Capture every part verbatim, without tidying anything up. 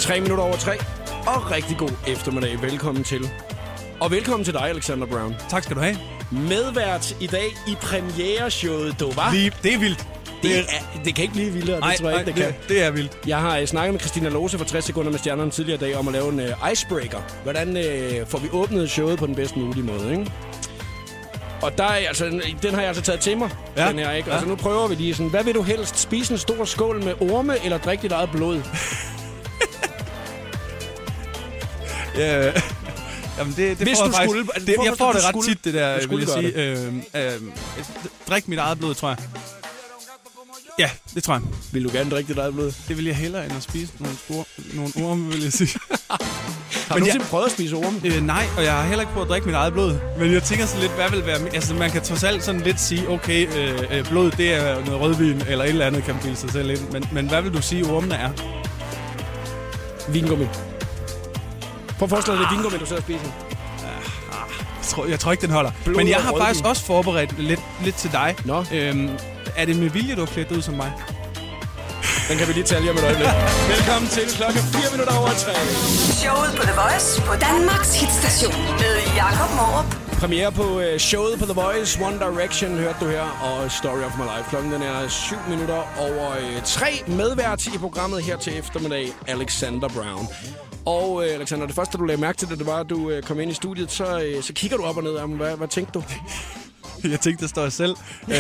Tre minutter over tre. Og rigtig god eftermiddag. Velkommen til. Og velkommen til dig, Alexander Brown. Tak skal du have. Medvært i dag i premiereshowet, du var. Lige, det er vildt. Det, er, det kan ikke blive vildere, nej, det tror jeg ikke, det, det kan. Det er vildt. Jeg har uh, snakket med Christina Lose for tres sekunder med Stjernerne tidligere i dag om at lave en uh, icebreaker. Hvordan uh, får vi åbnet showet på den bedst mulige måde, ikke? Og der er, altså, den har jeg altså taget til mig. Ja. Den her, ikke? Ja. Altså, nu prøver vi lige sådan. Hvad vil du helst? Spise en stor skål med orme eller drikke dit eget blod? Ja. Jamen det, det Hvis får du jeg faktisk, skulle, altså, det, hvorfor jeg får du det ret skulle, tit, det der, vil jeg sige. det. Øh, øh, drik mit eget blod, tror jeg. Ja, det tror jeg. Vil du gerne drikke dit eget blod? Det vil jeg hellere, end at spise nogle, spor, nogle orme, vil jeg sige. Har Men du jeg, jeg, prøvet at spise orme? øh, nej, og jeg har heller ikke prøvet at drikke mit eget blod. Men jeg tænker sådan lidt, hvad vil være... Altså, man kan trods alt sådan lidt sige, okay, øh, øh, blod, det er noget rødvin, eller et eller andet, kan man bilde sig selv ind. Men, men hvad vil du sige, ormene er? Vingummi. Prøv at forestille dig, det er vingummi, du sidder og spiser. Jeg tror, jeg tror ikke, den holder. Blod Men jeg og har rødvin. faktisk også forberedt lidt, lidt til dig. Nå. Øhm, er det med vilje, du har klædt ud som mig? Den kan vi lige tale lige om et øjeblik. Velkommen til klokken fire minutter over tre. Showet på The Voice på Danmarks hitstation med Jakob Morup. Premiere på uh, showet på The Voice, One Direction, hørte du her, og Story of My Life. Klokken den er syv minutter over uh, tre. Medvært i programmet her til eftermiddag, Alexander Brown. Og uh, Alexander, det første, du lagde mærke til, da det var, at du uh, kom ind i studiet, så, uh, så kigger du op og ned. Jamen, hvad, hvad tænkte du? Jeg tænkte, der står jeg selv.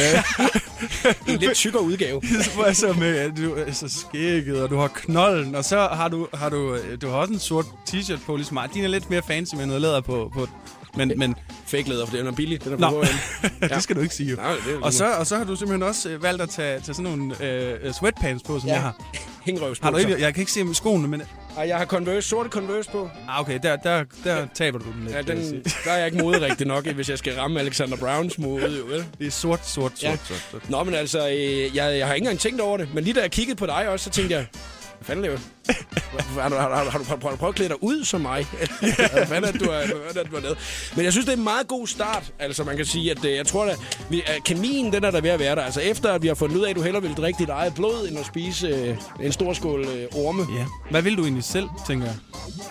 I en lidt tykkere udgave. Hvor jeg så med, at du er så skægget, og du har knolden, og så har du, har du, du har også en sort t-shirt på, ligesom mig. Din er lidt mere fancy med noget læder på. på men, men Fake læder, for det er billigt. Den er Nå, ja. det skal du ikke sige jo. Nej, det er og, så, og så har du simpelthen også øh, valgt at tage, tage sådan nogle øh, sweatpants på, som ja. jeg har. Hængrøvsbukser. Har du ikke? Jeg kan ikke se med skoene, men... Ej, jeg har Converse, sorte Converse på. Ah, okay, der, der, der taber du den lidt. Ja, den, der er jeg ikke mode rigtig nok, hvis jeg skal ramme Alexander Browns mode, jo vel? Det er sort, sort, sort, ja. sort, sort. Nå, men altså, øh, jeg, jeg har ikke engang tænkt over det. Men lige da jeg kiggede på dig også, så tænkte jeg... Hvad fanden laver du? Har du, har, har, har du prøvet, prøvet at klæde dig ud som mig? Hvad fanden er det, du har, du har lavet? Men jeg synes, det er en meget god start. Altså, man kan sige, at jeg tror, at, vi, at kemien, den er der ved at være der. Altså, efter at vi har fundet ud af, at du hellere vil drikke dit eget blod, end at spise øh, en stor skål øh, orme. Ja. Hvad vil du egentlig selv, tænker jeg?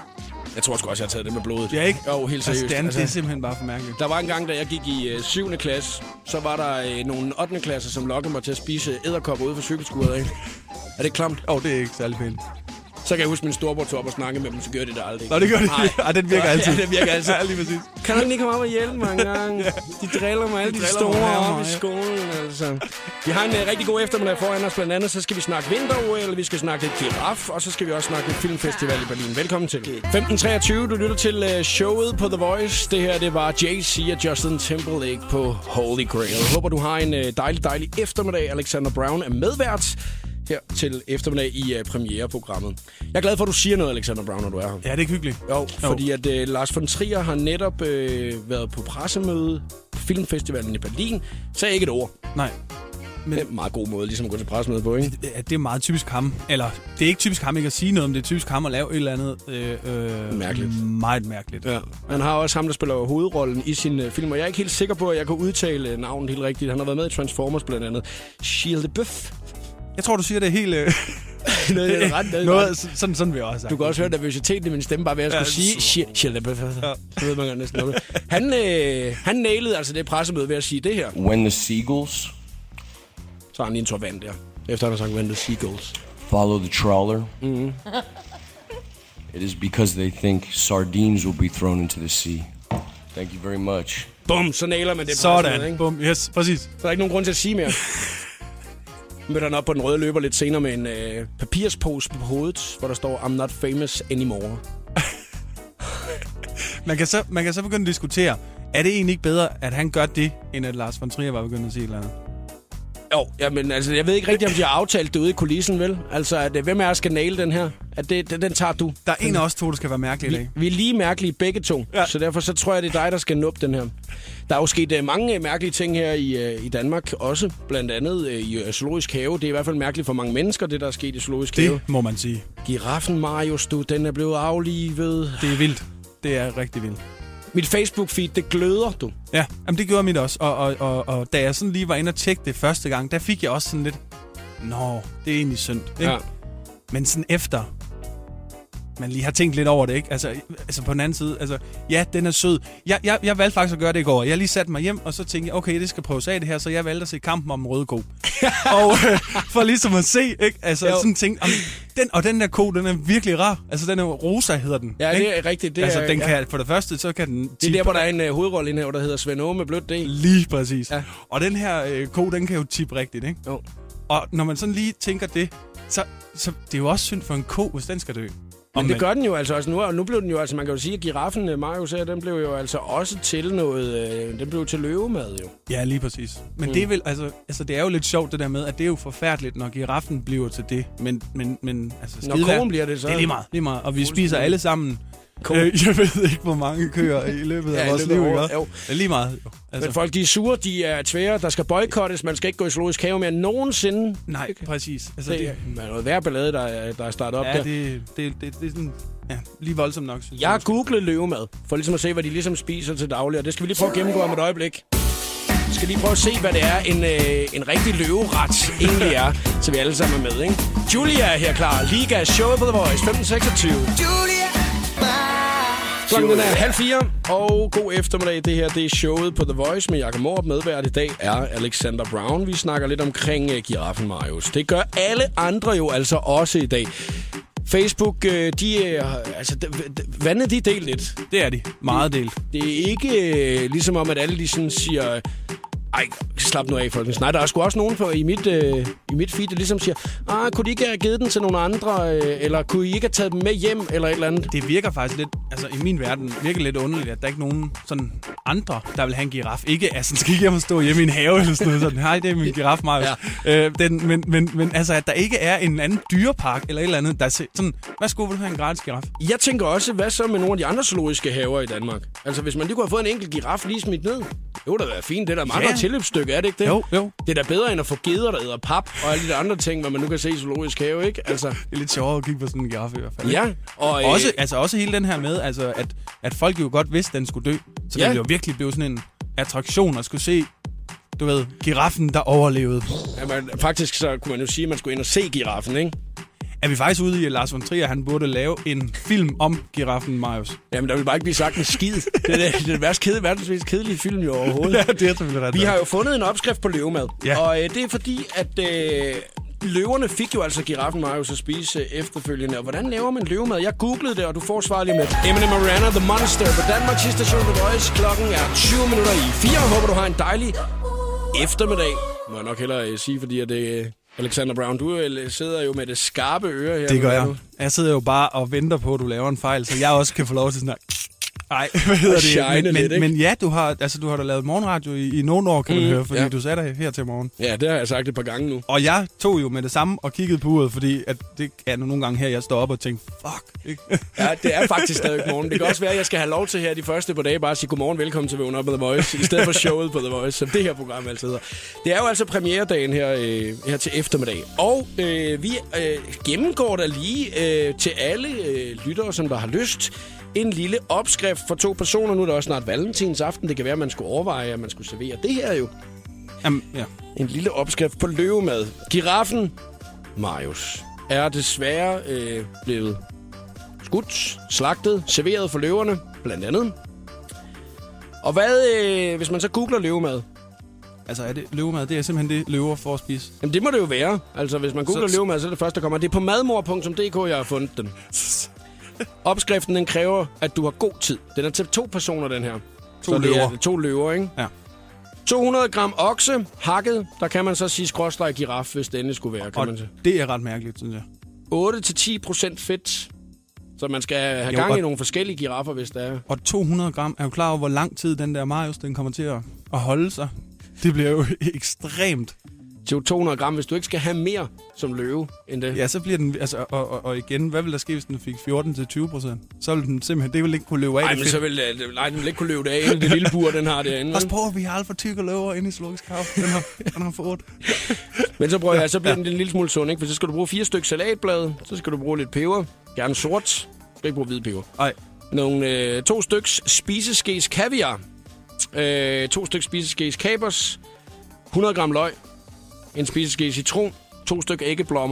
Jeg tror sgu også, jeg har taget det med blodet. Ja, ikke? Jo, helt seriøst. Altså, det, altså, det er simpelthen bare for mærkeligt. Der var en gang, da jeg gik i øh, syvende klasse, så var der øh, nogle ottende klasser, som lokkede mig til at spise edderkopper ude for cykelskuret, ikke? Er det klamt? Åh, oh, det er ikke særlig pænt. Så kan jeg huske, min storebror tog op og snakke med dem, så gør de det aldrig. Nå, det gør de. Nej, den virker altid. Ja, den virker altid. Ja, lige præcis. Kan du ikke lige komme op og hjælpe mig en gang? Ja. De driller mig, alle de, de store op i skolen, altså. Vi har en uh, rigtig god eftermiddag foran os. Blandt andet, så skal vi snakke vinter-O L, eller vi skal snakke lidt giraf, og så skal vi også snakke lidt filmfestival i Berlin. Velkommen til. femten treogtyve, du lytter til uh, showet på The Voice. Det her, det var Jay-Z og Justin Timberlake på Holy Grail. Jeg håber, du har en uh, dejlig, dejlig eftermiddag. Alexander Brown er medvært her til eftermiddag i uh, premiereprogrammet. Jeg er glad for, at du siger noget, Alexander Brown, når du er her. Ja, det er hyggeligt. Jo, jo. fordi at uh, Lars von Trier har netop uh, været på pressemøde på filmfestivalen i Berlin. Sagde ikke et ord. Nej. Men det er en meget god måde ligesom at gå til pressemøde på, ikke? Det, det er meget typisk ham. Eller, det er ikke typisk ham ikke at sige noget, men det er typisk ham at lave et eller andet... Øh, øh, mærkeligt. Meget mærkeligt. Ja. Han har også ham, der spiller hovedrollen i sin uh, film, og jeg er ikke helt sikker på, at jeg kan udtale uh, navnet helt rigtigt. Han har været med i Transformers blandt andet. Shia LaBeouf. Jeg tror, du siger det helt... Øh... noget, er ret, noget, noget, sådan, sådan vil jeg også sagt. Du kan også høre nervøsiteten i min stemme, bare ved at jeg skulle ja, sige Shia LaBeouf. Ja. Så ved man godt næsten noget. Han, øh, han nailede altså det pressemøde ved at sige det her. When the seagulls... Så har han lige en tår vand der. Efter han har sagt, when the seagulls follow the trawler, mm-hmm. it is because they think sardines will be thrown into the sea. Thank you very much. Bum, så nailer man det. Sådan, ikke? Bum, yes, præcis. Så der er ikke nogen grund til at sige mere. Mødte han op på den røde løber lidt senere med en øh, papirspose på hovedet, hvor der står, I'm not famous anymore. man, kan så, man kan så begynde at diskutere, er det egentlig ikke bedre, at han gør det, end at Lars von Trier var begyndt at sige et eller andet? Jo, jamen, altså, jeg ved ikke rigtig, om de har aftalt det ude i kulissen, vel? Altså, at, hvem af os skal naile den her? At det, den, den tager du. Der er en af os to, der skal være mærkelig i dag. Vi, vi er lige mærkelige begge to, ja. Så derfor så tror jeg, det er dig, der skal nuppe den her. Der er jo sket uh, mange mærkelige ting her i, uh, i Danmark også. Blandt andet uh, i uh, Zoologisk Have. Det er i hvert fald mærkeligt for mange mennesker, det der er sket i Zoologisk Have. Det må man sige. Giraffen Marius, du, den er blevet aflivet. Det er vildt. Det er rigtig vildt. Mit Facebook-feed, det gløder, du. Ja, jamen det gjorde mit også. Og, og, og, og da jeg sådan lige var inde og tjekke det første gang, der fik jeg også sådan lidt... Nå, det er egentlig synd. Ikke? Ja. Men sådan efter... man lige har tænkt lidt over det, ikke? Altså, altså på den anden side, altså, ja, den er sød. Jeg, jeg, jeg valgte faktisk at gøre det i går. Jeg lige satte mig hjem, og så tænkte jeg, okay, det skal prøves af det her, så jeg valgte at se Kampen om en røde ko. og øh, for ligesom at se, ikke? Altså, jo. sådan tænkte, den, og den der ko, den er virkelig rar. Altså, den er Rosa, hedder den. Ja, ikke? det er rigtigt. Det altså, er, den ja. kan, for det første, så kan den... Det er der, hvor der er en uh, hovedrolle inde her, der hedder Svend Åge med blødt D. Lige præcis. Ja. Og den her øh, ko, den kan jo tippe rigtigt, ikke? Jo. Og når man sådan lige tænker det, så, så det er jo også synd for en ko, hvis den skal dø. Men det gør den jo altså også nu, og nu blev den jo, altså man kan jo sige, at giraffen, Marius her, den blev jo altså også til noget, øh, den blev til løvemad jo. Ja, lige præcis. Men mm. det er vel, altså, altså det er jo lidt sjovt det der med, at det er jo forfærdeligt, når giraffen bliver til det, men, men, men altså når koen bliver det så. Det er lige meget, lige meget. Og vi spiser alle sammen, øh, jeg ved ikke, hvor mange køer i løbet af ja, vores liv, ikke? Jo. Det er lige meget, jo. Altså. Men folk, de er sure, de er tvære, der skal boykottes, man skal ikke gå i zoologisk have mere nogensinde. Nej, præcis. Altså, det, det er noget værre ballade, der er, der er startet op ja, der. Ja, det, det, det, det er sådan... Ja, lige voldsomt nok. Jeg har googlet løvemad, for ligesom at se, hvad de ligesom spiser til daglig, og det skal vi lige prøve at gennemgå om et øjeblik. Vi skal lige prøve at se, hvad det er, en, øh, en rigtig løveret egentlig er, så vi alle sammen er med, ikke? Julia er her klar. Liga, showet på The Voice, femten seksogtyve. Julia! Klokken den er halv fire, og god eftermiddag. Det her, det er showet på The Voice med Jakob Morup. Medvært i dag er Alexander Brown. Vi snakker lidt omkring uh, giraffen Marius. Det gør alle andre jo altså også i dag. Facebook, de er, altså, vandet de er delt lidt. Det er de. Meget delt. Det er ikke ligesom om, at alle de sådan siger, ej, slap nu af, folkens. Nej, der er sgu også nogen for, i, mit, øh, i mit feed, der ligesom siger, ah, kunne de ikke have givet den til nogle andre, øh, eller kunne I ikke have taget dem med hjem, eller et eller andet? Det virker faktisk lidt, altså i min verden, virker lidt underligt, at der ikke er nogen sådan andre, der vil have en giraf. Ikke, altså, skal ikke hjem og stå hjemme i en have, eller sådan noget sådan, hej, det er min giraf, Marius. Ja. Øh, den, men, men, men altså, at der ikke er en anden dyrepark, eller et eller andet, der er sådan, værsgo, vil du have en gratis giraf? Jeg tænker også, hvad så med nogle af de andre zoologiske haver i Danmark? Altså, hvis man lige kunne have fået en enkelt giraf lige smidt ned, det ville da være fint, det der meget ja. tilløbsstykke, er det ikke det? Jo, jo. Det er da bedre end at få geder, der æder pap, og alle de andre ting, hvad man nu kan se i zoologisk have, ikke? Altså, det er lidt sjovere at kigge på sådan en giraf i hvert fald. Ja. Og, også, øh, altså også hele den her med, altså, at, at folk jo godt vidste, at den skulle dø. Så ja. det jo virkelig blev sådan en attraktion at skulle se, du ved, giraffen, der overlevede. Ja, men faktisk så kunne man jo sige, at man skulle ind og se giraffen, ikke? Er vi faktisk ude i, at Lars von Trier, han burde lave en film om giraffen Marius? Jamen, der vil bare ikke blive sagt en skid. Det er det, det, er det værste kede, verdens mest kedelige film jo overhovedet. Ja, det er selvfølgelig ret. Vi har jo fundet en opskrift på løvemad. Ja. Og øh, det er fordi, at øh, løverne fik jo altså giraffen Marius at spise øh, efterfølgende. Og hvordan laver man løvemad? Jeg googlede det, og du får svar lige med. Eminem Marana, The Monster på Danmarks station The Voice. Klokken er tyve minutter i fire. Håber, du har en dejlig eftermiddag. Må jeg nok hellere øh, sige, fordi at det... Øh, Alexander Brown, du sidder jo med det skarpe øre her. Det gør jeg. Jeg sidder jo bare og venter på, at du laver en fejl, så jeg også kan få lov til sådan her. Nej, hvad hedder det? Men, lidt, men, men ja, du har, altså, du har da lavet morgenradio i, i nogle år, kan mm, man høre, fordi ja. du sagde dig her til morgen. Ja, det har jeg sagt et par gange nu. Og jeg tog jo med det samme og kiggede på uret, fordi at det er nogle gange her, jeg står op og tænker, fuck. Ikke? Ja, det er faktisk stadig morgen. Det kan også være, at jeg skal have lov til her de første par dage bare at sige godmorgen, velkommen til Vågen op med The Voice, i stedet for showet på The Voice, som det her program altid hedder. Det er jo altså premieredagen her, øh, her til eftermiddag. Og øh, vi øh, gennemgår der lige øh, til alle øh, lyttere, som der har lyst, en lille opskrift for to personer. Nu er det også snart valentinsaften. Det kan være, at man skulle overveje, at man skulle servere det her jo. Jamen, ja. En lille opskrift på løvemad. Giraffen Marius er desværre øh, blevet skudt, slagtet, serveret for løverne, blandt andet. Og hvad, øh, hvis man så googler løvemad? Altså, er det løvemad? Det er simpelthen det, løver får at spise. Jamen, det må det jo være. Altså, hvis man googler så... løvemad, så er det første, der kommer. Det er på madmor punktum d k, jeg har fundet den. Opskriften, den kræver, at du har god tid. Den er til to personer, den her. To så løver. Det er to løver, ikke? Ja. to hundrede gram okse, hakket. Der kan man så sige skråstreg giraf, hvis det endelig skulle være, kan og man sige. Det er ret mærkeligt, synes jeg. otte til ti procent fedt. Så man skal have jo, gang og... i nogle forskellige giraffer, hvis det er. Og to hundrede gram, er jo klar over, hvor lang tid den der Marius, den kommer til at, at holde sig. Det bliver jo ekstremt. Til to hundrede gram, hvis du ikke skal have mere som løve end det. Ja, så bliver den, altså, og, og, og igen, hvad vil der ske, hvis den fik fjorten til tyve procent? Så vil den simpelthen, det vil ikke kunne løbe af. Nej, men så vil, nej, den vil ikke kunne løbe det af, det lille bur, den har derinde. Pas på, vi har alt for tykke løver inde i zoologisk have. Den har, den har fået otte. Men så prøver jeg, så bliver ja. den en lille smule sund, ikke? For så skal du bruge fire stykker salatblade, så skal du bruge lidt peber, gerne sort, du skal ikke bruge hvid peber. Nej. Nogle øh, to stykker spiseskes kaviar, øh, to stykker spiseskes kapers, hundrede gram løg, en spiseske citron, to stykker æggeblommer,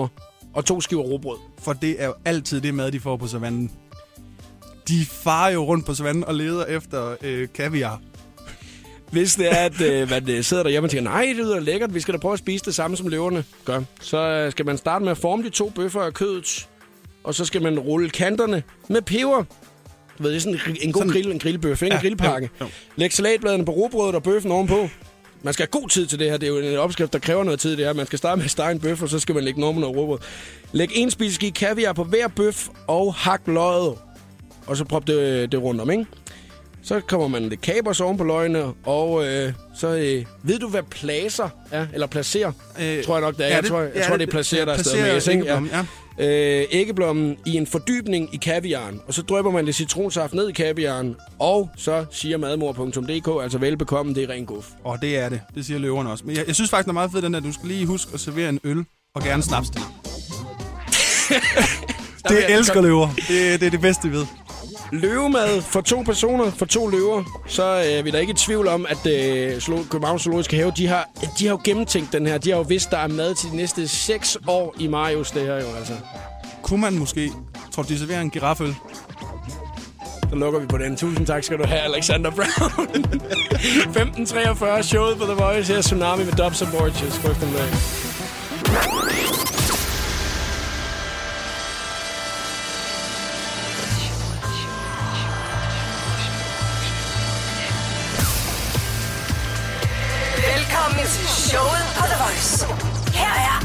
og to skiver rugbrød. For det er jo altid det mad, de får på savannen. De farer jo rundt på savannen og leder efter øh, kaviar. Hvis det er, at øh, man sidder derhjemme og tænker, nej, det lyder lækkert, vi skal da prøve at spise det samme, som løverne gør. Så øh, skal man starte med at forme de to bøffer af kødet, og så skal man rulle kanterne med peber. Du ved, det er sådan en god sådan, grill, en grillbøf, ikke? En ja, grillpakke. Jo, jo. Læg salatbladene på rugbrødet og bøffen ovenpå. Man skal have god tid til det her. Det er jo en opskrift, der kræver noget tid, det her. Man skal starte med at stege en bøf, og så skal man lægge normen og rugbrød. Læg en spiseske kaviar på hver bøf, og hak løget. Og så prop det, det rundt om, ikke? Så kommer man lidt kapers oven på løgene, og øh, så øh, ved du, hvad placer er? Eller placer, øh, tror jeg nok, det er. Ja, jeg, det, tror, jeg ja, tror, det er placer, der er stadig med. Æggeblommen, ja. Øh, æggeblommen i en fordybning i kaviaren, og så drypper man lidt citronsaft ned i kaviaren, og så siger madmor punktum d k, altså velbekomme, det er ren guf. Og det er det. Det siger løverne også. Men jeg, jeg synes faktisk, det er meget fedt, den der, du skal lige huske at servere en øl, og gerne snaps til. Det elsker løver. Det, det er det bedste, vi ved. Løvemad for to personer, for to løver, så er vi da ikke i tvivl om, at øh, Københavns Zoologiske Have, de har, de har jo gennemtænkt den her. De har jo vidst, der er mad til de næste seks år i Marius, det her jo altså. Kunne man måske, tror du, de serverer en giraføl? Så lukker vi på den. Tusind tak skal du have, Alexander Brown. femten treogfyrre, showet på The Voice. Her Tsunami med Dubs and Borges. Gå efter med. Velkommen til showet på The Voice. Her er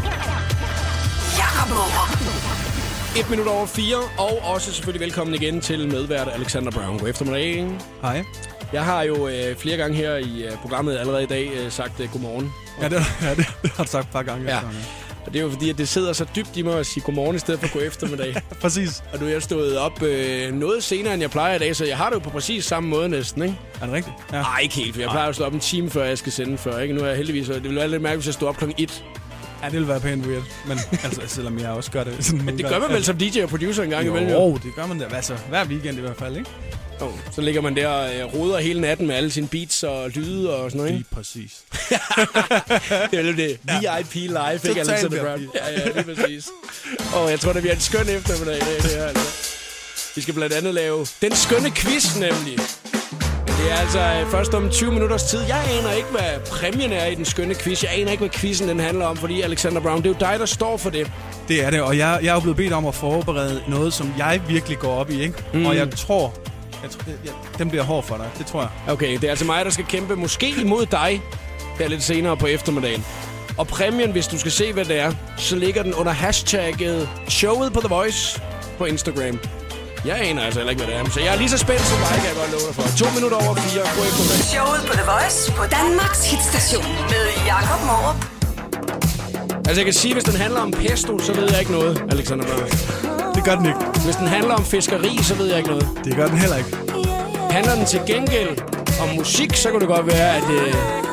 Jakob Morup. Et minut over fire, og også selvfølgelig velkommen igen til medvært Alexander Brown. God eftermiddag. Hej. Jeg har jo øh, flere gange her i øh, programmet allerede i dag øh, sagt øh, godmorgen. Ja, det, ja, det, det har du sagt et par gange. Ja. Og det er jo fordi, at det sidder så dybt i mig at sige godmorgen i stedet for god eftermiddag. Præcis. Og nu er jeg stået op øh, noget senere, end jeg plejer i dag, så jeg har det jo på præcis samme måde næsten, ikke? Er det rigtigt? Ja. Nej, ikke helt, for jeg plejer at stå op en time før, jeg skal sende før, ikke? Nu er jeg heldigvis, det ville være lidt mærkeligt, hvis jeg stod op klokken et. Ja, det ville være pænt weird, men altså, selvom jeg også gør det. Sådan, men det gør man vel som D J og producer en gang jo, imellem? Jo, det gør man da. Altså, hver weekend i hvert fald, ikke? Oh, så ligger man der og øh, roder hele natten med alle sine beats og lyde og sådan noget, ikke? Lige præcis. Det er jo det. V I P live, ikke? Alexander Brown. Ja, ja, lige præcis. Og jeg tror, det bliver en skøn eftermiddag i dag, det her, altså. Vi skal blandt andet lave den skønne quiz, nemlig. Det er altså først om tyve minutters tid. Jeg aner ikke, hvad præmien er i den skønne quiz. Jeg aner ikke, hvad quizzen den handler om, fordi Alexander Brown, det er jo dig, der står for det. Det er det, og jeg, jeg er jo blevet bedt om at forberede noget, som jeg virkelig går op i, ikke? Mm. Og jeg tror, jeg, jeg, den bliver hård for dig. Det tror jeg. Okay, det er altså mig, der skal kæmpe måske imod dig her lidt senere på eftermiddagen. Og præmien, hvis du skal se, hvad det er, så ligger den under hashtagget showet på The Voice på Instagram. Jeg aner altså heller ikke, hvad det er. Så jeg er lige så spændt som dig, kan jeg godt love dig for. To minutter over fire. God eftermiddag. Showet på The Voice på Danmarks hitstation med Jakob Morup. Altså, jeg kan sige, hvis den handler om pesto, så ved jeg ikke noget, Alexander Brown. Det gør den ikke. Hvis den handler om fiskeri, så ved jeg ikke noget. Det gør den heller ikke. Handler den til gengæld om musik, så kunne det godt være, at... Øh...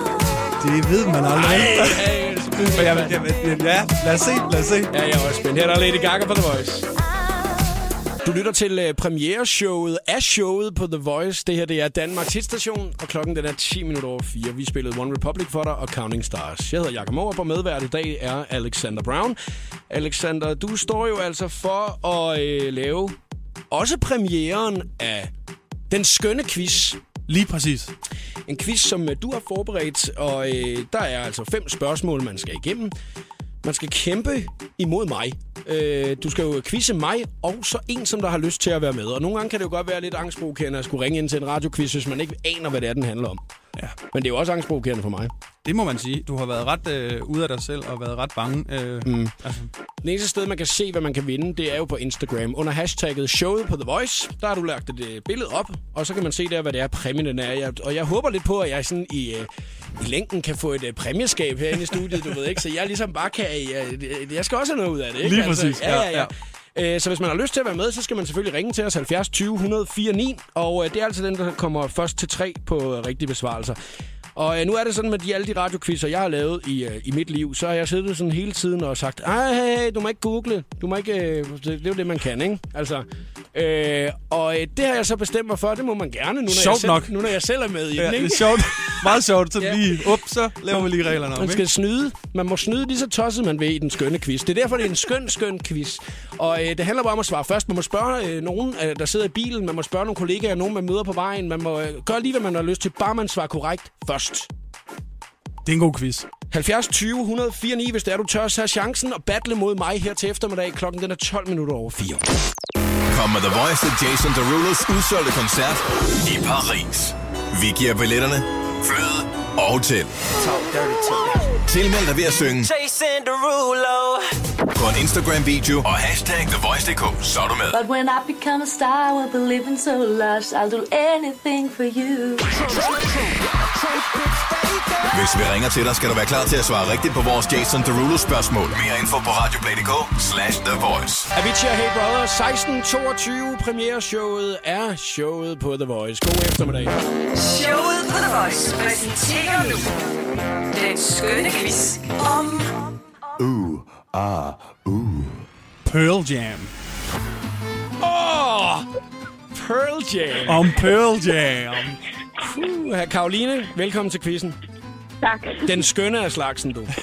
Det ved man aldrig. Ej, hey, Men jeg, jeg, jeg, ja, lad os se, lad os se. Ja, jeg er også spændt. Her er der Lady Gaga på The Voice. Du lytter til uh, premiereshowet af showet på The Voice. Det her, det er Danmarks hitstation, og klokken den er ti minutter over fire. Vi spillede One Republic for dig og Counting Stars. Jeg hedder Jakob Morup, og medvært i dag er Alexander Brown. Alexander, du står jo altså for at øh, lave også premieren af den skønne quiz. Lige præcis. En quiz, som øh, du har forberedt, og øh, der er altså fem spørgsmål, man skal igennem. Man skal kæmpe imod mig. Øh, du skal jo quizze mig, og så en, som der har lyst til at være med. Og nogle gange kan det jo godt være lidt angstprovokerende at skulle ringe ind til en radioquiz, hvis man ikke aner, hvad det er, den handler om. Ja. Men det er jo også angstprovokerende for mig. Det må man sige. Du har været ret øh, ude af dig selv og været ret bange. Øh, mm. altså. Det eneste sted, man kan se, hvad man kan vinde, det er jo på Instagram. Under hashtagget showet på The Voice, der har du lagt et øh, billede op, og så kan man se der, hvad det er, præmien er. Jeg, og jeg håber lidt på, at jeg sådan i, øh, i længden kan få et øh, præmieskab herinde i studiet, du ved ikke? Så jeg ligesom bare kan... Jeg, jeg skal også have noget ud af det, ikke? Lige præcis. Altså, ja, ja, ja. Så hvis man har lyst til at være med, så skal man selvfølgelig ringe til os halvfjerds tyve et hundrede fire ni, og det er altså den, der kommer først til tre på rigtige besvarelser. Og nu er det sådan med de, alle de radioquizzer, jeg har lavet i, i mit liv, så har jeg siddet sådan hele tiden og sagt, ej, hey, hey, du må ikke google, du må ikke, det, det er jo det, man kan, ikke? Altså, Øh, og øh, det har jeg så bestemt mig for, det må man gerne, nu når, jeg selv, nok. nu, når jeg selv er med i Ja, den, ikke? det er sjovt. Meget sjovt. Så Ja. lige, up, så laver vi lige reglerne om, Man skal ikke? snyde. Man må snyde lige så tosset, man vil i den skønne quiz. Det er derfor, det er en skøn, skøn quiz. Og øh, det handler bare om at svare først. Man må spørge øh, nogen, øh, der sidder i bilen. Man må spørge nogle kollegaer, nogen man møder på vejen. Man må øh, gøre lige, hvad man har lyst til. Bare man svarer korrekt først. Det er en god quiz. halvfjerds tyve et nul fire ni, hvis det er, du tør, så har chancen og battle mod mig her til eftermiddag. Klokken den er tolv minutter over fire. Kom med The Voice til Jason Derulos udsolgte koncert i Paris. Vi giver billetterne fløde og hotel. Tilmeld dig ved at synge Jason Derulo. på en Instagram-video og hashtag The Voice punktum d k, så er du med. But when I become a star, I will be living so large. I'll do anything for you. Hvis vi ringer til dig, skal du være klar til at svare rigtigt på vores Jason Derulo spørgsmål. Mere info på radioplay punktum d k slash The Voice. Avicii og Hey Brother, seksten toogtyve. Premiereshowet er showet på The Voice. God eftermiddag. Showet på The Voice præsenterer nu den skønne quiz om Pearl Jam. Åh! Oh, Pearl Jam. Om Pearl Jam. Uh, her Karoline, velkommen til quizzen. Tak. Den skønne af slagsen, du.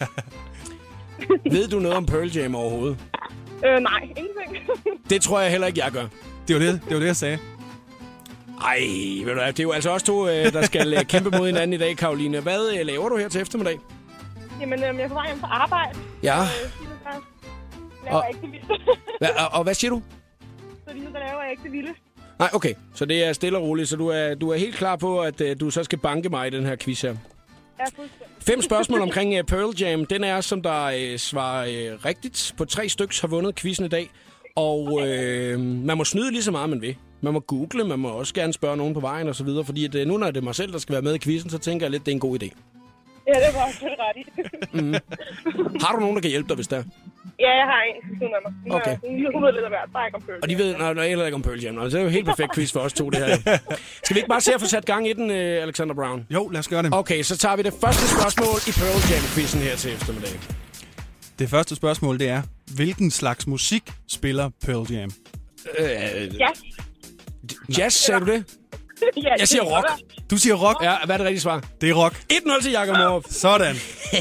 Ved du noget om Pearl Jam overhovedet? Øh, nej, ingenting. Det tror jeg heller ikke, jeg gør. Det var det, det, var det jeg sagde. Ej, ved du hvad, det er jo altså også to, øh, der skal øh, kæmpe mod hinanden i dag, Karoline. Hvad øh, laver du her til eftermiddag? Jamen, øh, jeg er på vej hjem fra arbejde. Ja. Øh, lige nu, der laver Og- jeg ikke det vilde. Hva, og, og hvad siger du? Så lige nu, der laver jeg ikke det vilde. Nej, okay. Så det er stille og roligt. Så du er, du er helt klar på, at øh, du så skal banke mig i den her quiz her. Ja, fuldstændig. Fem spørgsmål omkring uh, Pearl Jam. Den er, som der uh, svarer uh, rigtigt på tre stykker, har vundet quizzen i dag. Og uh, man må snyde lige så meget, man vil. Man må google, man må også gerne spørge nogen på vejen og så videre. Fordi at, uh, nu, når det er mig selv, der skal være med i quizzen, så tænker jeg lidt, det er en god idé. Ja, det var også ret i. Mm. Har du nogen, der kan hjælpe dig, hvis der er? Ja, jeg har en ved siden af mig. Hun, Okay. er, hun, hun ved lidt af hvert, bare ikke om følelse. Og de ved, nej, nej, heller ikke om Pearl Jam. Nå, det er jo helt perfekt quiz for os to, det her. Skal vi ikke bare se at få sat gang i den, uh, Alexander Brown? Jo, lad os gøre det. Okay, så tager vi det første spørgsmål i Pearl Jam-quizzen her til eftermiddag. Det første spørgsmål, det er, hvilken slags musik spiller Pearl Jam? Uh, Ja. jazz, sagde du det? Ja, Jeg siger det er rock. godt. Du siger rock. Ja, hvad er det rigtige svar? Det er rock. et nul til Jakob Morup. Sådan.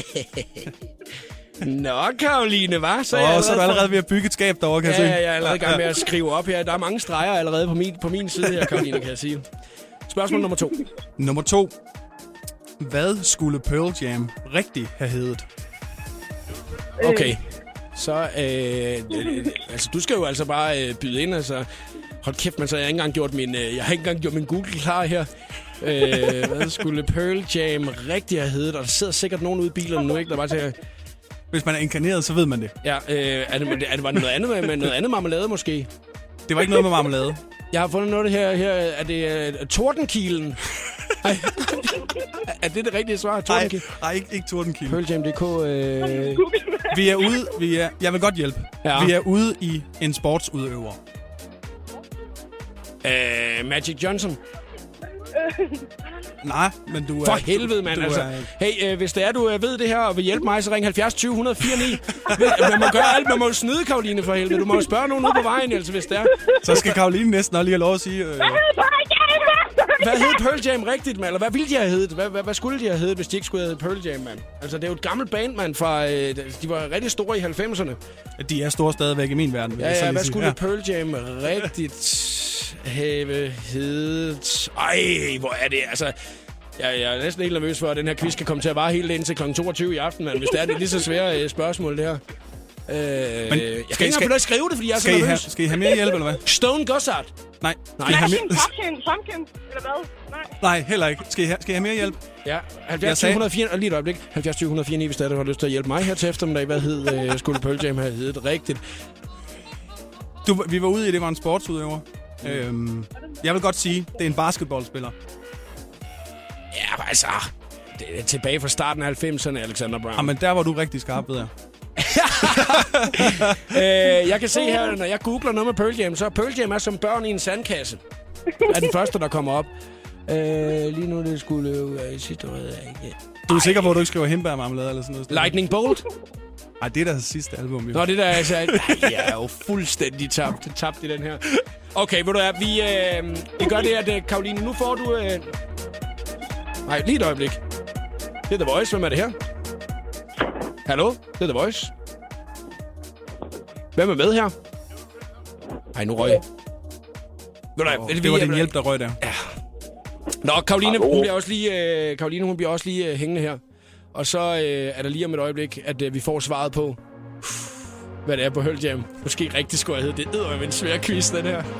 Nå, Karoline, hva? Så Og så er du allerede ved at bygge et skab derovre, kan Ja, jeg ja, se. jeg er allerede i gang med at skrive op her. Der er mange streger allerede på min, på min side her, Karoline, kan jeg sige. Spørgsmål nummer to. Nummer to. Hvad skulle Pearl Jam rigtig have heddet? Okay. Så, øh, øh, altså, du skal jo altså bare øh, byde ind, altså. Hold kæft, man, så jeg har ikke engang gjort min, øh, jeg har ikke engang gjort min Google klar her. Øh, hvad skulle Pearl Jam rigtig have heddet? Og der sidder sikkert nogen ude i bilerne nu, ikke? Der bare til Hvis man er inkarneret, så ved man det. ja, øh, er, det, er det var det noget andet med, med noget andet marmelade måske? Det var ikke noget med marmelade. Jeg har fundet noget her. her er det uh, Tordenkilen? Ej. Er det det rigtige svar? Nej, Tordenkilen? nej, ikke, ikke Tordenkiel. Pearl Jam punktum d k. Øh... Vi er ude, vi er, jeg vil godt hjælpe. Ja. Vi er ude i en sportsudøver. Øh, Magic Johnson. Nej, men du er... For helvede, mand. du Altså. er- Hey, øh, hvis det er, du øh, ved det her og vil hjælpe mig, så ring halvfjerds tyve et nul fire ni. Man må gøre alt. Man må jo snyde, Karoline, for helvede. Du må jo spørge nogen ude på vejen, altså, hvis det er. Så skal Karoline næsten også lige have lov at sige... Øh, Hvad hed Pearl Jam rigtigt, mand? Eller hvad ville de have heddet? Hvad, hvad, hvad skulle de have heddet, hvis de ikke skulle have heddet Pearl Jam, mand? Altså, det er jo et gammelt band, mand, fra... Øh, de var rigtig store i halvfemserne. de er store stadigvæk i min verden. vil Ja, jeg så ja, lige hvad sige. skulle Pearl Jam rigtigt have heddet? Ej, hvor er det, altså... Jeg, jeg er næsten helt nervøs for, at den her quiz kan komme til at vare helt indtil klokken toogtyve i aften, mand. Hvis det er det lige så svære øh, spørgsmål, det her. Øh, Men, jeg kan ikke engang finde at skrive det, fordi jeg er så skal, I have, nervøs. skal I have mere hjælp, eller hvad? Stone Gossard. Nej. Nej. Skal I have Smashing mere... Pumpkin, Pumpkin, eller hvad? Nej. Nej, heller ikke. Skal I have, skal I have mere hjælp? Ja, Jeg halvfjerds sagde- tyve et nul fire, og lige et øjeblik. halvfjerds tyve et nul fire ni, hvis der har lyst til at hjælpe mig her til eftermiddag. Hvad hed øh, skulle Pearl Jam have heddet rigtigt? Du, vi var ude i, det var en sportsudøver. Mm. Øhm, jeg vil godt sige, det er en basketballspiller. Ja, altså... Det er tilbage fra starten af halvfemserne, Alexander Brown. Jamen, der var du rigtig skarp, ved jeg. øh, jeg kan se her, når jeg googler noget med Pearl Jam, så er Pearl Jam er som børn i en sandkasse. Er den første, der kommer op. Øh, lige nu det skulle jo være i sidste år, jeg ikke. Du er sikker på, at du ikke skriver hindbærmarmelade eller sådan noget? Lightning Bolt? Nej, det er deres sidste album, jo. Nå, det der, altså... Ej, jeg er jo fuldstændig tabt, tabt i den her. Okay, ved du hvad, vi, øh, vi gør det, at Karoline, nu får du... Øh... Nej, lige et øjeblik. Det er The Voice. Hvem er det her? Hallo? Det er The Voice. Hvem er med her? Ej, nu røg jeg. Ved du, oh, det, det var din hjælp, der røg der. Ja. Nå, Karoline, hun bliver også lige, øh, Karoline, hun bliver også lige øh, hængende her. Og så øh, er der lige om et øjeblik, at øh, vi får svaret på, uff, hvad det er på Pearl Jam. Måske rigtig skulle jeg hedde. Det er en svær quiz, den her.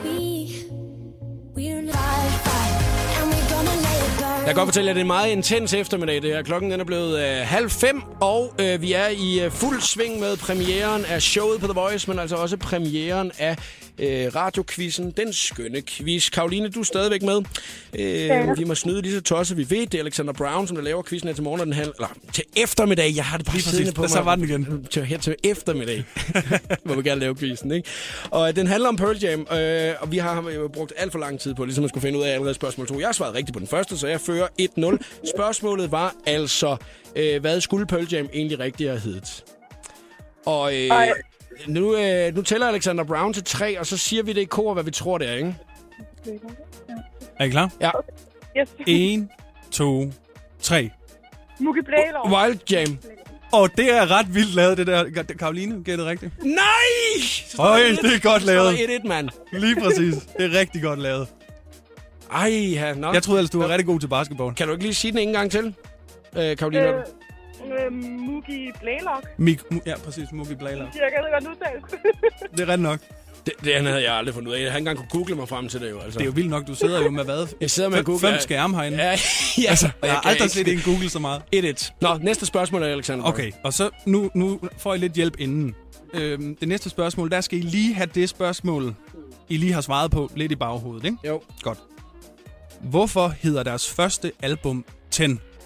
Jeg kan godt fortælle, at det er en meget intens eftermiddag, det her. Klokken den er blevet øh, halv fem, og øh, vi er i øh, fuld sving med premieren af showet på The Voice, men altså også premieren af øh, radioquizzen, den skønne quiz. Karoline, du er stadigvæk med. Øh, ja. Vi må snyde lige så tosset, vi ved. Det er Alexander Brown, som der laver quizzen her til morgen, den halv, eller til eftermiddag. Jeg har det bare siddende på mig. Så var den igen. Til, her til eftermiddag må vi gerne lave quizzen, ikke? Og øh, den handler om Pearl Jam, øh, og vi har øh, brugt alt for lang tid på, ligesom at skulle finde ud af allerede spørgsmål to. Jeg har svaret rigtigt på den første, så jeg fører et nul. Spørgsmålet var altså, øh, hvad skulle Pearl Jam egentlig rigtig have heddet? Og øh, nu, øh, nu tæller Alexander Brown til tre, og så siger vi det i kor, hvad vi tror, det er, ikke? Er I klar? Ja. Yes. En, to, tre. Mookie Blaylock. Wild Jam. Og det er ret vildt lavet, det der. Karoline, gætter rigtigt? Nej! Øj, det er godt lavet. et et, mand. Lige præcis. Det er rigtig godt lavet. Ej, ja, nok. Jeg troede ellers, du var rigtig god til basketball. Kan du ikke lige sige den en gang til, øh, Karoline? Øh, øh, Mookie Blaylock. Mik- ja, præcis. Mookie Blaylock. Jeg kan godt udtale. Det er ret nok. Det, det havde jeg aldrig fundet ud af. Jeg havde ikke engang kunne google mig frem til det jo. Altså. Det er jo vildt nok, du sidder jo med hvad? Jeg sidder med Google. Fem skærme herinde. Ja, ja. Altså, jeg, jeg har aldrig ikke set en Google så meget. et et. Nå, næste spørgsmål er Alexander. Okay, og så nu, nu får I lidt hjælp inden. Øhm, det næste spørgsmål, der skal I lige have det spørgsmål, I lige har svaret på lidt i baghovedet, ikke? Jo. Godt. Hvorfor hedder deres første album ti?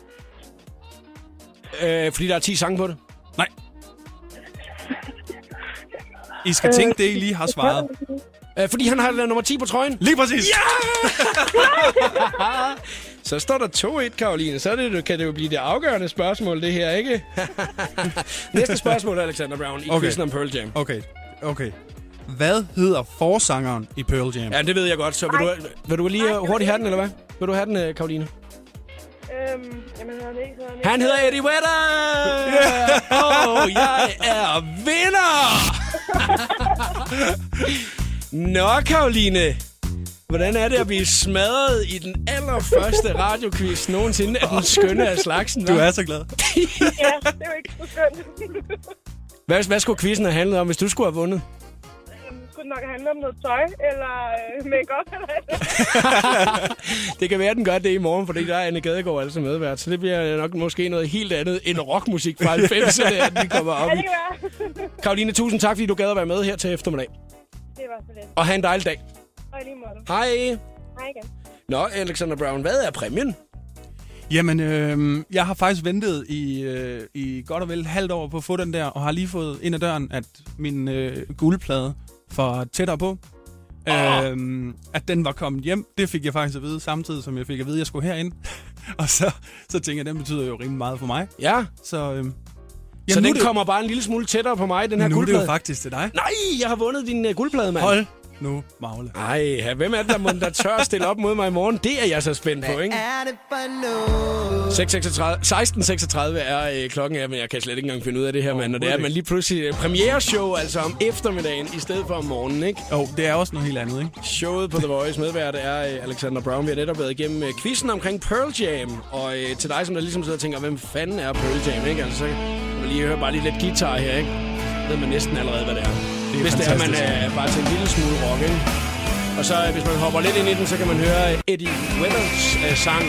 Øh, fordi der er ti sange på det. Nej. I skal tænke det, I lige har svaret. Øh, fordi han har nummer ti på trøjen. Lige præcis. Ja! Så står der to et, Karoline. Så er det, kan det jo blive det afgørende spørgsmål, det her, ikke? Næste spørgsmål er Alexander Brown i Okay. quizzen om Pearl Jam. Okay, okay. Hvad hedder forsangeren i Pearl Jam? Ja, det ved jeg godt. Så vil du, vil du lige hurtigt have den, eller hvad? Vil du have den, Karoline? Øhm, jamen, han ikke, han ikke. Han hedder Eddie Vedder! Åh, oh, jeg er vinder! Nå, Karoline. Hvordan er det at blive smadret i den allerførste radioquiz nogensinde af den skønne af slagsen? Du er så glad. Ja, det er jo ikke så skønt. Hvad, hvad skulle quizzen have handlet om, hvis du skulle have vundet? Øhm, skulle det nok handle om noget tøj, eller øh, make-up, eller noget? Det kan være, at den gør det i morgen, fordi der er Anne Gadegaard altså medvært. Så det bliver nok måske noget helt andet end rockmusik fra halvfemserne, at vi kommer op Ja, i. det kan være. Karoline, tusind tak, fordi du gad at være med her til eftermiddag. Det var så lidt. Og have en dejlig dag. Og i lige måde. Hej. Hej igen. Nå, Alexander Brown, hvad er præmien? Jamen, øh, jeg har faktisk ventet i, øh, i godt og vel et halvt år på at få den der, og har lige fået ind ad døren, at min øh, guldplade for tættere på, oh. øh, at den var kommet hjem. Det fik jeg faktisk at vide, samtidig som jeg fik at vide, at jeg skulle herind. Og så, så tænker jeg, at den betyder jo rimelig meget for mig. Ja. Så, øh, jamen, så den det, kommer bare en lille smule tættere på mig, den her nu guldplade? Nu er det jo faktisk til dig. Nej, jeg har vundet din uh, guldplade, mand. Hold nu, Magle. Ej, hvem er det, der, må, der tør at stille op mod mig i morgen? Det er jeg så spændt på, ikke? seksten seksogtredive er øh, klokken, ja, men jeg kan slet ikke engang finde ud af det her, oh, mand. Og det er, at man lige pludselig øh, premiereshow, altså om eftermiddagen, i stedet for om morgenen, ikke? Jo, oh, det er også noget helt andet, ikke? Showet på The Voice medvært er øh, Alexander Brown. Vi har netop været igennem øh, quizzen omkring Pearl Jam. Og øh, til dig, som der ligesom sidder og tænker, hvem fanden er Pearl Jam, ikke? Altså, så kan man lige høre bare lige lidt guitar her, ikke? Så ved man næsten allerede, hvad det er. Det er hvis det er, man øh, bare til en lille smule rock, ikke? Og så, hvis man hopper lidt ind i den, så kan man høre Eddie Wedders øh, sang.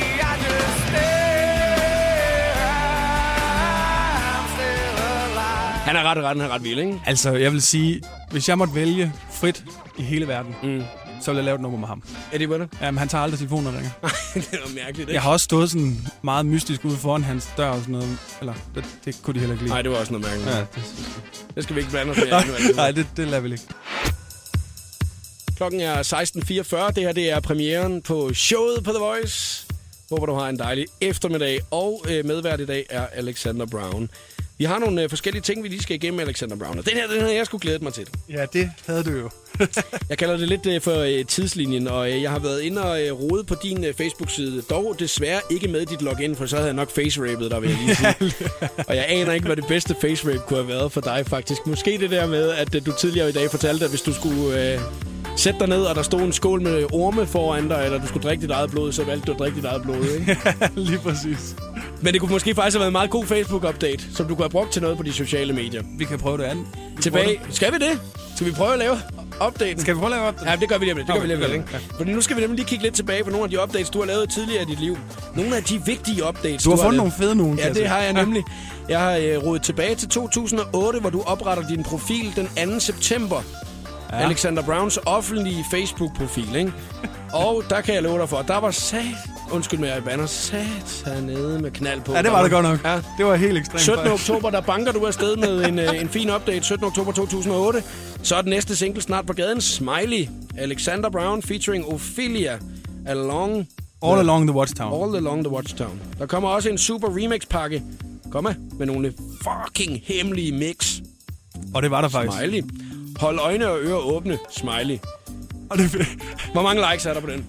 Han er ret, ret, han er ret vild, ikke? Altså, jeg vil sige, hvis jeg måtte vælge frit i hele verden, mm. så ville jeg lave et nummer med ham. Eddie Vedder? Jamen, han tager aldrig telefonen og ringer. Det er jo mærkeligt, ikke? Jeg har også stået sådan meget mystisk ude foran hans dør og sådan noget. Eller, det, det kunne de heller ikke lide. Nej, det var også noget mærkeligt. Ja, det, det skal vi ikke blande os med. Nej, det, det lader vi ikke. Klokken er seksten fireogfyrre. Det her, det er premieren på showet på The Voice. Håber, du har en dejlig eftermiddag. Og øh, medvært i dag er Alexander Brown. Vi har nogle øh, forskellige ting, vi lige skal igennem, Alexander Brown. Og den her, den havde jeg sgu glædet mig til. Ja, det havde du jo. Jeg kalder det lidt øh, for øh, tidslinjen, og øh, jeg har været inde og øh, rode på din øh, Facebook-side. Dog desværre ikke med dit login, for så havde jeg nok face-rapet dig, vil jeg lige sige. Og jeg aner ikke, hvad det bedste face-rape kunne have været for dig, faktisk. Måske det der med, at øh, du tidligere i dag fortalte, at hvis du skulle øh, sætte dig ned, og der stod en skål med orme foran dig, eller du skulle drikke dit eget blod, så valgte du at drikke dit eget blod, ikke? Lige præcis. Men det kunne måske faktisk have været en meget god Facebook-update, som du kunne have brugt til noget på de sociale medier. Vi kan prøve det andet. Tilbage. Skal vi det? Skal vi prøve at lave updaten? Skal vi prøve at lave updaten? Ja, det gør vi lige om lidt. Det okay, gør vi lige om lidt, ikke? Fordi nu skal vi nemlig lige kigge lidt tilbage på nogle af de updates, du har lavet tidligere i dit liv. Nogle af de vigtige updates, du har du fundet har nogle fede nogen. Ja, det har jeg nemlig. Jeg har øh, rodet tilbage til to tusind og otte, hvor du opretter din profil den anden september. Ja. Alexander Browns offentlige Facebook-profil, ikke? Og der kan jeg love dig for, der var sat... Undskyld mig, jeg bander sat hernede med knald på. Ja, det var det godt nok. Ja. Det var helt ekstremt. syttende oktober, der banker du afsted med en, en fin update. syttende oktober to tusind og otte. Så er den næste single snart på gaden. Smiley. Alexander Brown featuring Ophelia. Along... All Along the Watchtown. All Along the Watchtown. Der kommer også en super remix-pakke. Kom med, med nogle fucking hemmelige mix. Og det var der faktisk. Smiley. Hold øjne og ører åbne. Smiley. Og det... Hvor mange likes er der på den?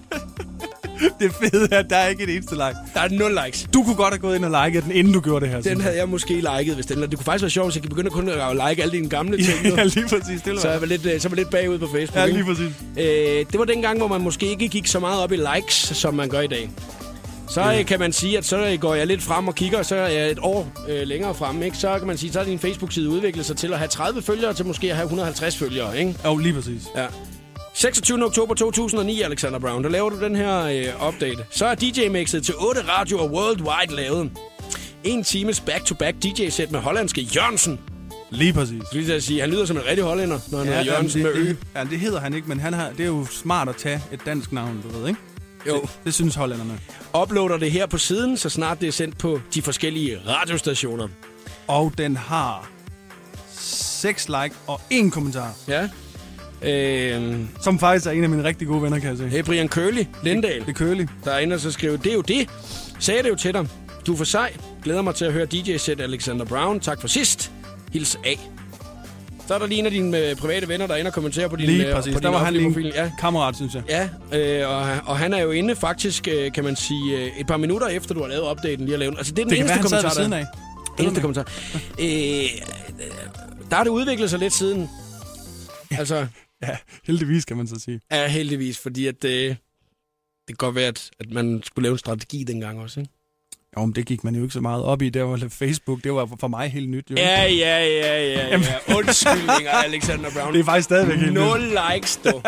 Det fede er, at der er ikke et eneste like. Der er nul likes. Du kunne godt have gået ind og liket den, inden du gjorde det her. Den havde jeg måske liket, hvis den... Det kunne faktisk være sjovt, hvis jeg kan begynde kun at like alle dine gamle ting. Ja, lige præcis. Det så jeg var lidt, så var lidt bagud på Facebook. Ja, lige præcis. Øh, det var den gang, hvor man måske ikke gik så meget op i likes, som man gør i dag. Så ja. kan man sige, at så går jeg lidt frem og kigger, så er jeg et år øh, længere frem, ikke? Så kan man sige, så har din Facebook-side udviklet sig til at have tredive følgere, til måske at have et hundrede og halvtreds følgere, ikke? Jo, lige præcis. Ja. seksogtyvende oktober to tusind og ni, Alexander Brown, der laver du den her øh, update. Så er D J-mixet til otte radioer worldwide lavet. En times back-to-back D J-sæt med hollandske Jørgensen. Lige præcis. Så lige at sige, han lyder som en rigtig hollænder, når han ja, hedder Jørgensen det, med ø. Det, ja, det hedder han ikke, men han har, det er jo smart at tage et dansk navn, du ved, ikke? Jo. Det, det synes hollænderne. Uploader det her på siden, så snart det er sendt på de forskellige radiostationer. Og den har seks like og en kommentar. Ja. Øh, Som faktisk er en af mine rigtig gode venner, kan jeg sige. Hey, Brian Køli, Lindahl. Det, det er Køli. Der er inde og så skriver, det er jo det. Sagde det jo til dig. Du er for sej. Glæder mig til at høre D J-sæt Alexander Brown. Tak for sidst. Hils A. Så er der lige en af dine øh, private venner, der er inde og kommenterer på din lige øh, præcis. på Der din var han lige profil. Ja. Kammerat, synes jeg. Ja, øh, og, og han er jo inde faktisk, øh, kan man sige, øh, et par minutter efter, du har lavet updaten, lige har lavet. Altså, det er den det eneste kan være, kommentar, han sad ved siden af. Eneste kommentar. øh, der har det udviklet sig lidt siden. Ja. Altså... Ja, heldigvis kan man så sige. Ja, heldigvis, fordi at, øh, det kan godt være, at, at man skulle lave en strategi dengang også, ikke? Jo, men det gik man jo ikke så meget op i. Det var Facebook, det var for mig helt nyt. Jo. Ja, ja, ja, ja, ja. Undskyldninger, Alexander Brown. Det er faktisk stadigvæk helt nyt. Nul likes, du.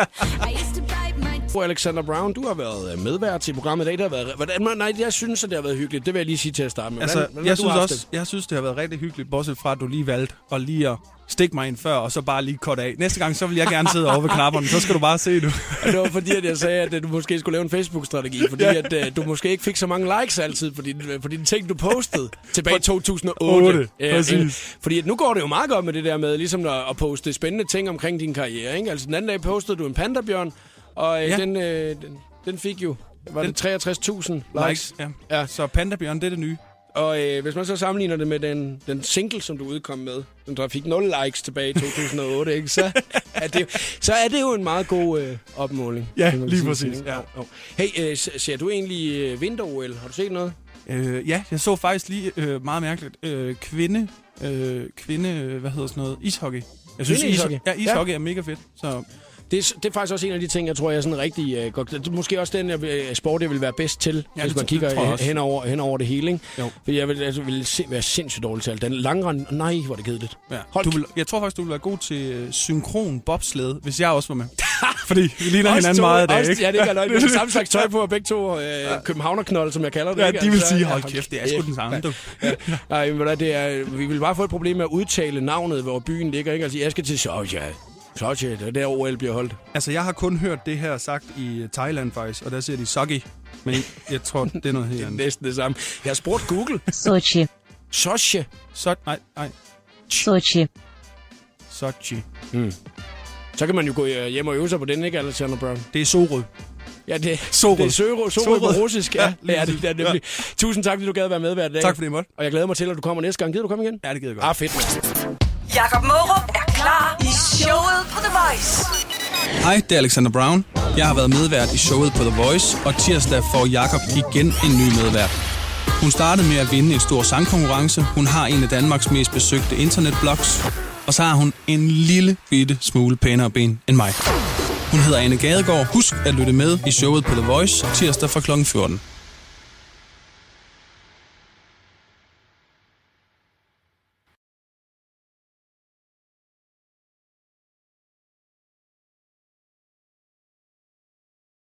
Alexander Brown, du har været medvært til programmet i dag. Det har været, hvordan, nej, jeg synes, at det har været hyggeligt. Det vil jeg lige sige til at starte med. Hvordan, altså, hvordan jeg, du synes også, det? jeg synes, det har været rigtig hyggeligt, bortset fra, at du lige valgte at lige at stikke mig ind før, og så bare lige korte af. Næste gang, så vil jeg gerne sidde over ved knapperne. Så skal du bare se, du. Og det var fordi, at jeg sagde, at du måske skulle lave en Facebook-strategi, fordi ja. at, uh, du måske ikke fik så mange likes altid på dine, på dine ting, du postede tilbage i to tusind og otte. otte, præcis. Fordi at nu går det jo meget godt med det der med ligesom at, at poste spændende ting omkring din karriere, ikke? Altså den anden dag postede du en pandabjørn, og ja. den, øh, den, den fik jo, var den, det treogtres tusind likes? likes ja. Ja. Så pandabjørn, det er det nye. Og øh, hvis man så sammenligner det med den, den single, som du udkom med, den der fik nul likes tilbage i to tusind og otte, ikke? Så, er det, så er det jo en meget god øh, opmåling. Ja, lige præcis. Ja. Hey, øh, ser du egentlig øh, vinter-O L? Har du set noget? Øh, ja, jeg så faktisk lige øh, meget mærkeligt. Øh, kvinde, øh, kvinde, hvad hedder sådan noget? Ishockey. Jeg synes, ishockey. Is- ja, ishockey ja. er mega fedt. Så... Det er, det er faktisk også en af de ting, jeg tror, jeg er sådan rigtig uh, godt... Det er måske også den jeg, sport, jeg vil være bedst til, ja, hvis man kigger hen over, hen over det hele, ikke? Jo. Fordi jeg vil, altså, vil se, være sindssygt dårlig til alt. Den langrend... Nej, hvor er det kedeligt. Ja. Du vil, jeg tror faktisk, du vil være god til uh, synkron bobslede, hvis jeg også var med. Fordi vi ligner hinanden to, meget i dag, ikke? Ja, det kan løgn. Vi har samme slags tøj på, og begge to øh, københavnerknold, som jeg kalder det. Ja, ikke? de vil altså, sige, hold kæft, det er sgu den samme, du. Ja. Nej, men det er, vi vil bare få et problem med at udtale navnet, hvor byen ligger, ikke? Altså, jeg skal til Soja. Sochi, det er der O L bliver holdt. Altså, jeg har kun hørt det her sagt i Thailand faktisk, og der siger de Sochi. Men jeg tror, det er noget helt andet. Det er næsten det samme. Jeg har spurgt Google. Sochi. Sochi. So, nej, nej. Sochi. Sochi. Hmm. Så kan man jo gå hjem og øve sig på den, ikke, Alexander Brown? Det er Sorø. Ja, det, Sorød. det er Sorød, Sorød på russisk. Ja, Ja, ja, det, det er nemlig. Ja. Tusind tak, fordi du gad at være med hver dag. Tak fordi I måtte. Og jeg glæder mig til, at du kommer næste gang. Gider du komme igen? Ja, det gider jeg godt. Ah, fedt, man. Jakob Mørup er klar i showet på The Voice. Hej, det er Alexander Brown. Jeg har været medvært i showet på The Voice, og tirsdag får Jakob igen en ny medvært. Hun startede med at vinde en stor sangkonkurrence. Hun har en af Danmarks mest besøgte internetblogs. Og så har hun en lille bitte smule pænere ben end mig. Hun hedder Anne Gadegaard. Husk at lytte med i showet på The Voice tirsdag fra klokken fjorten.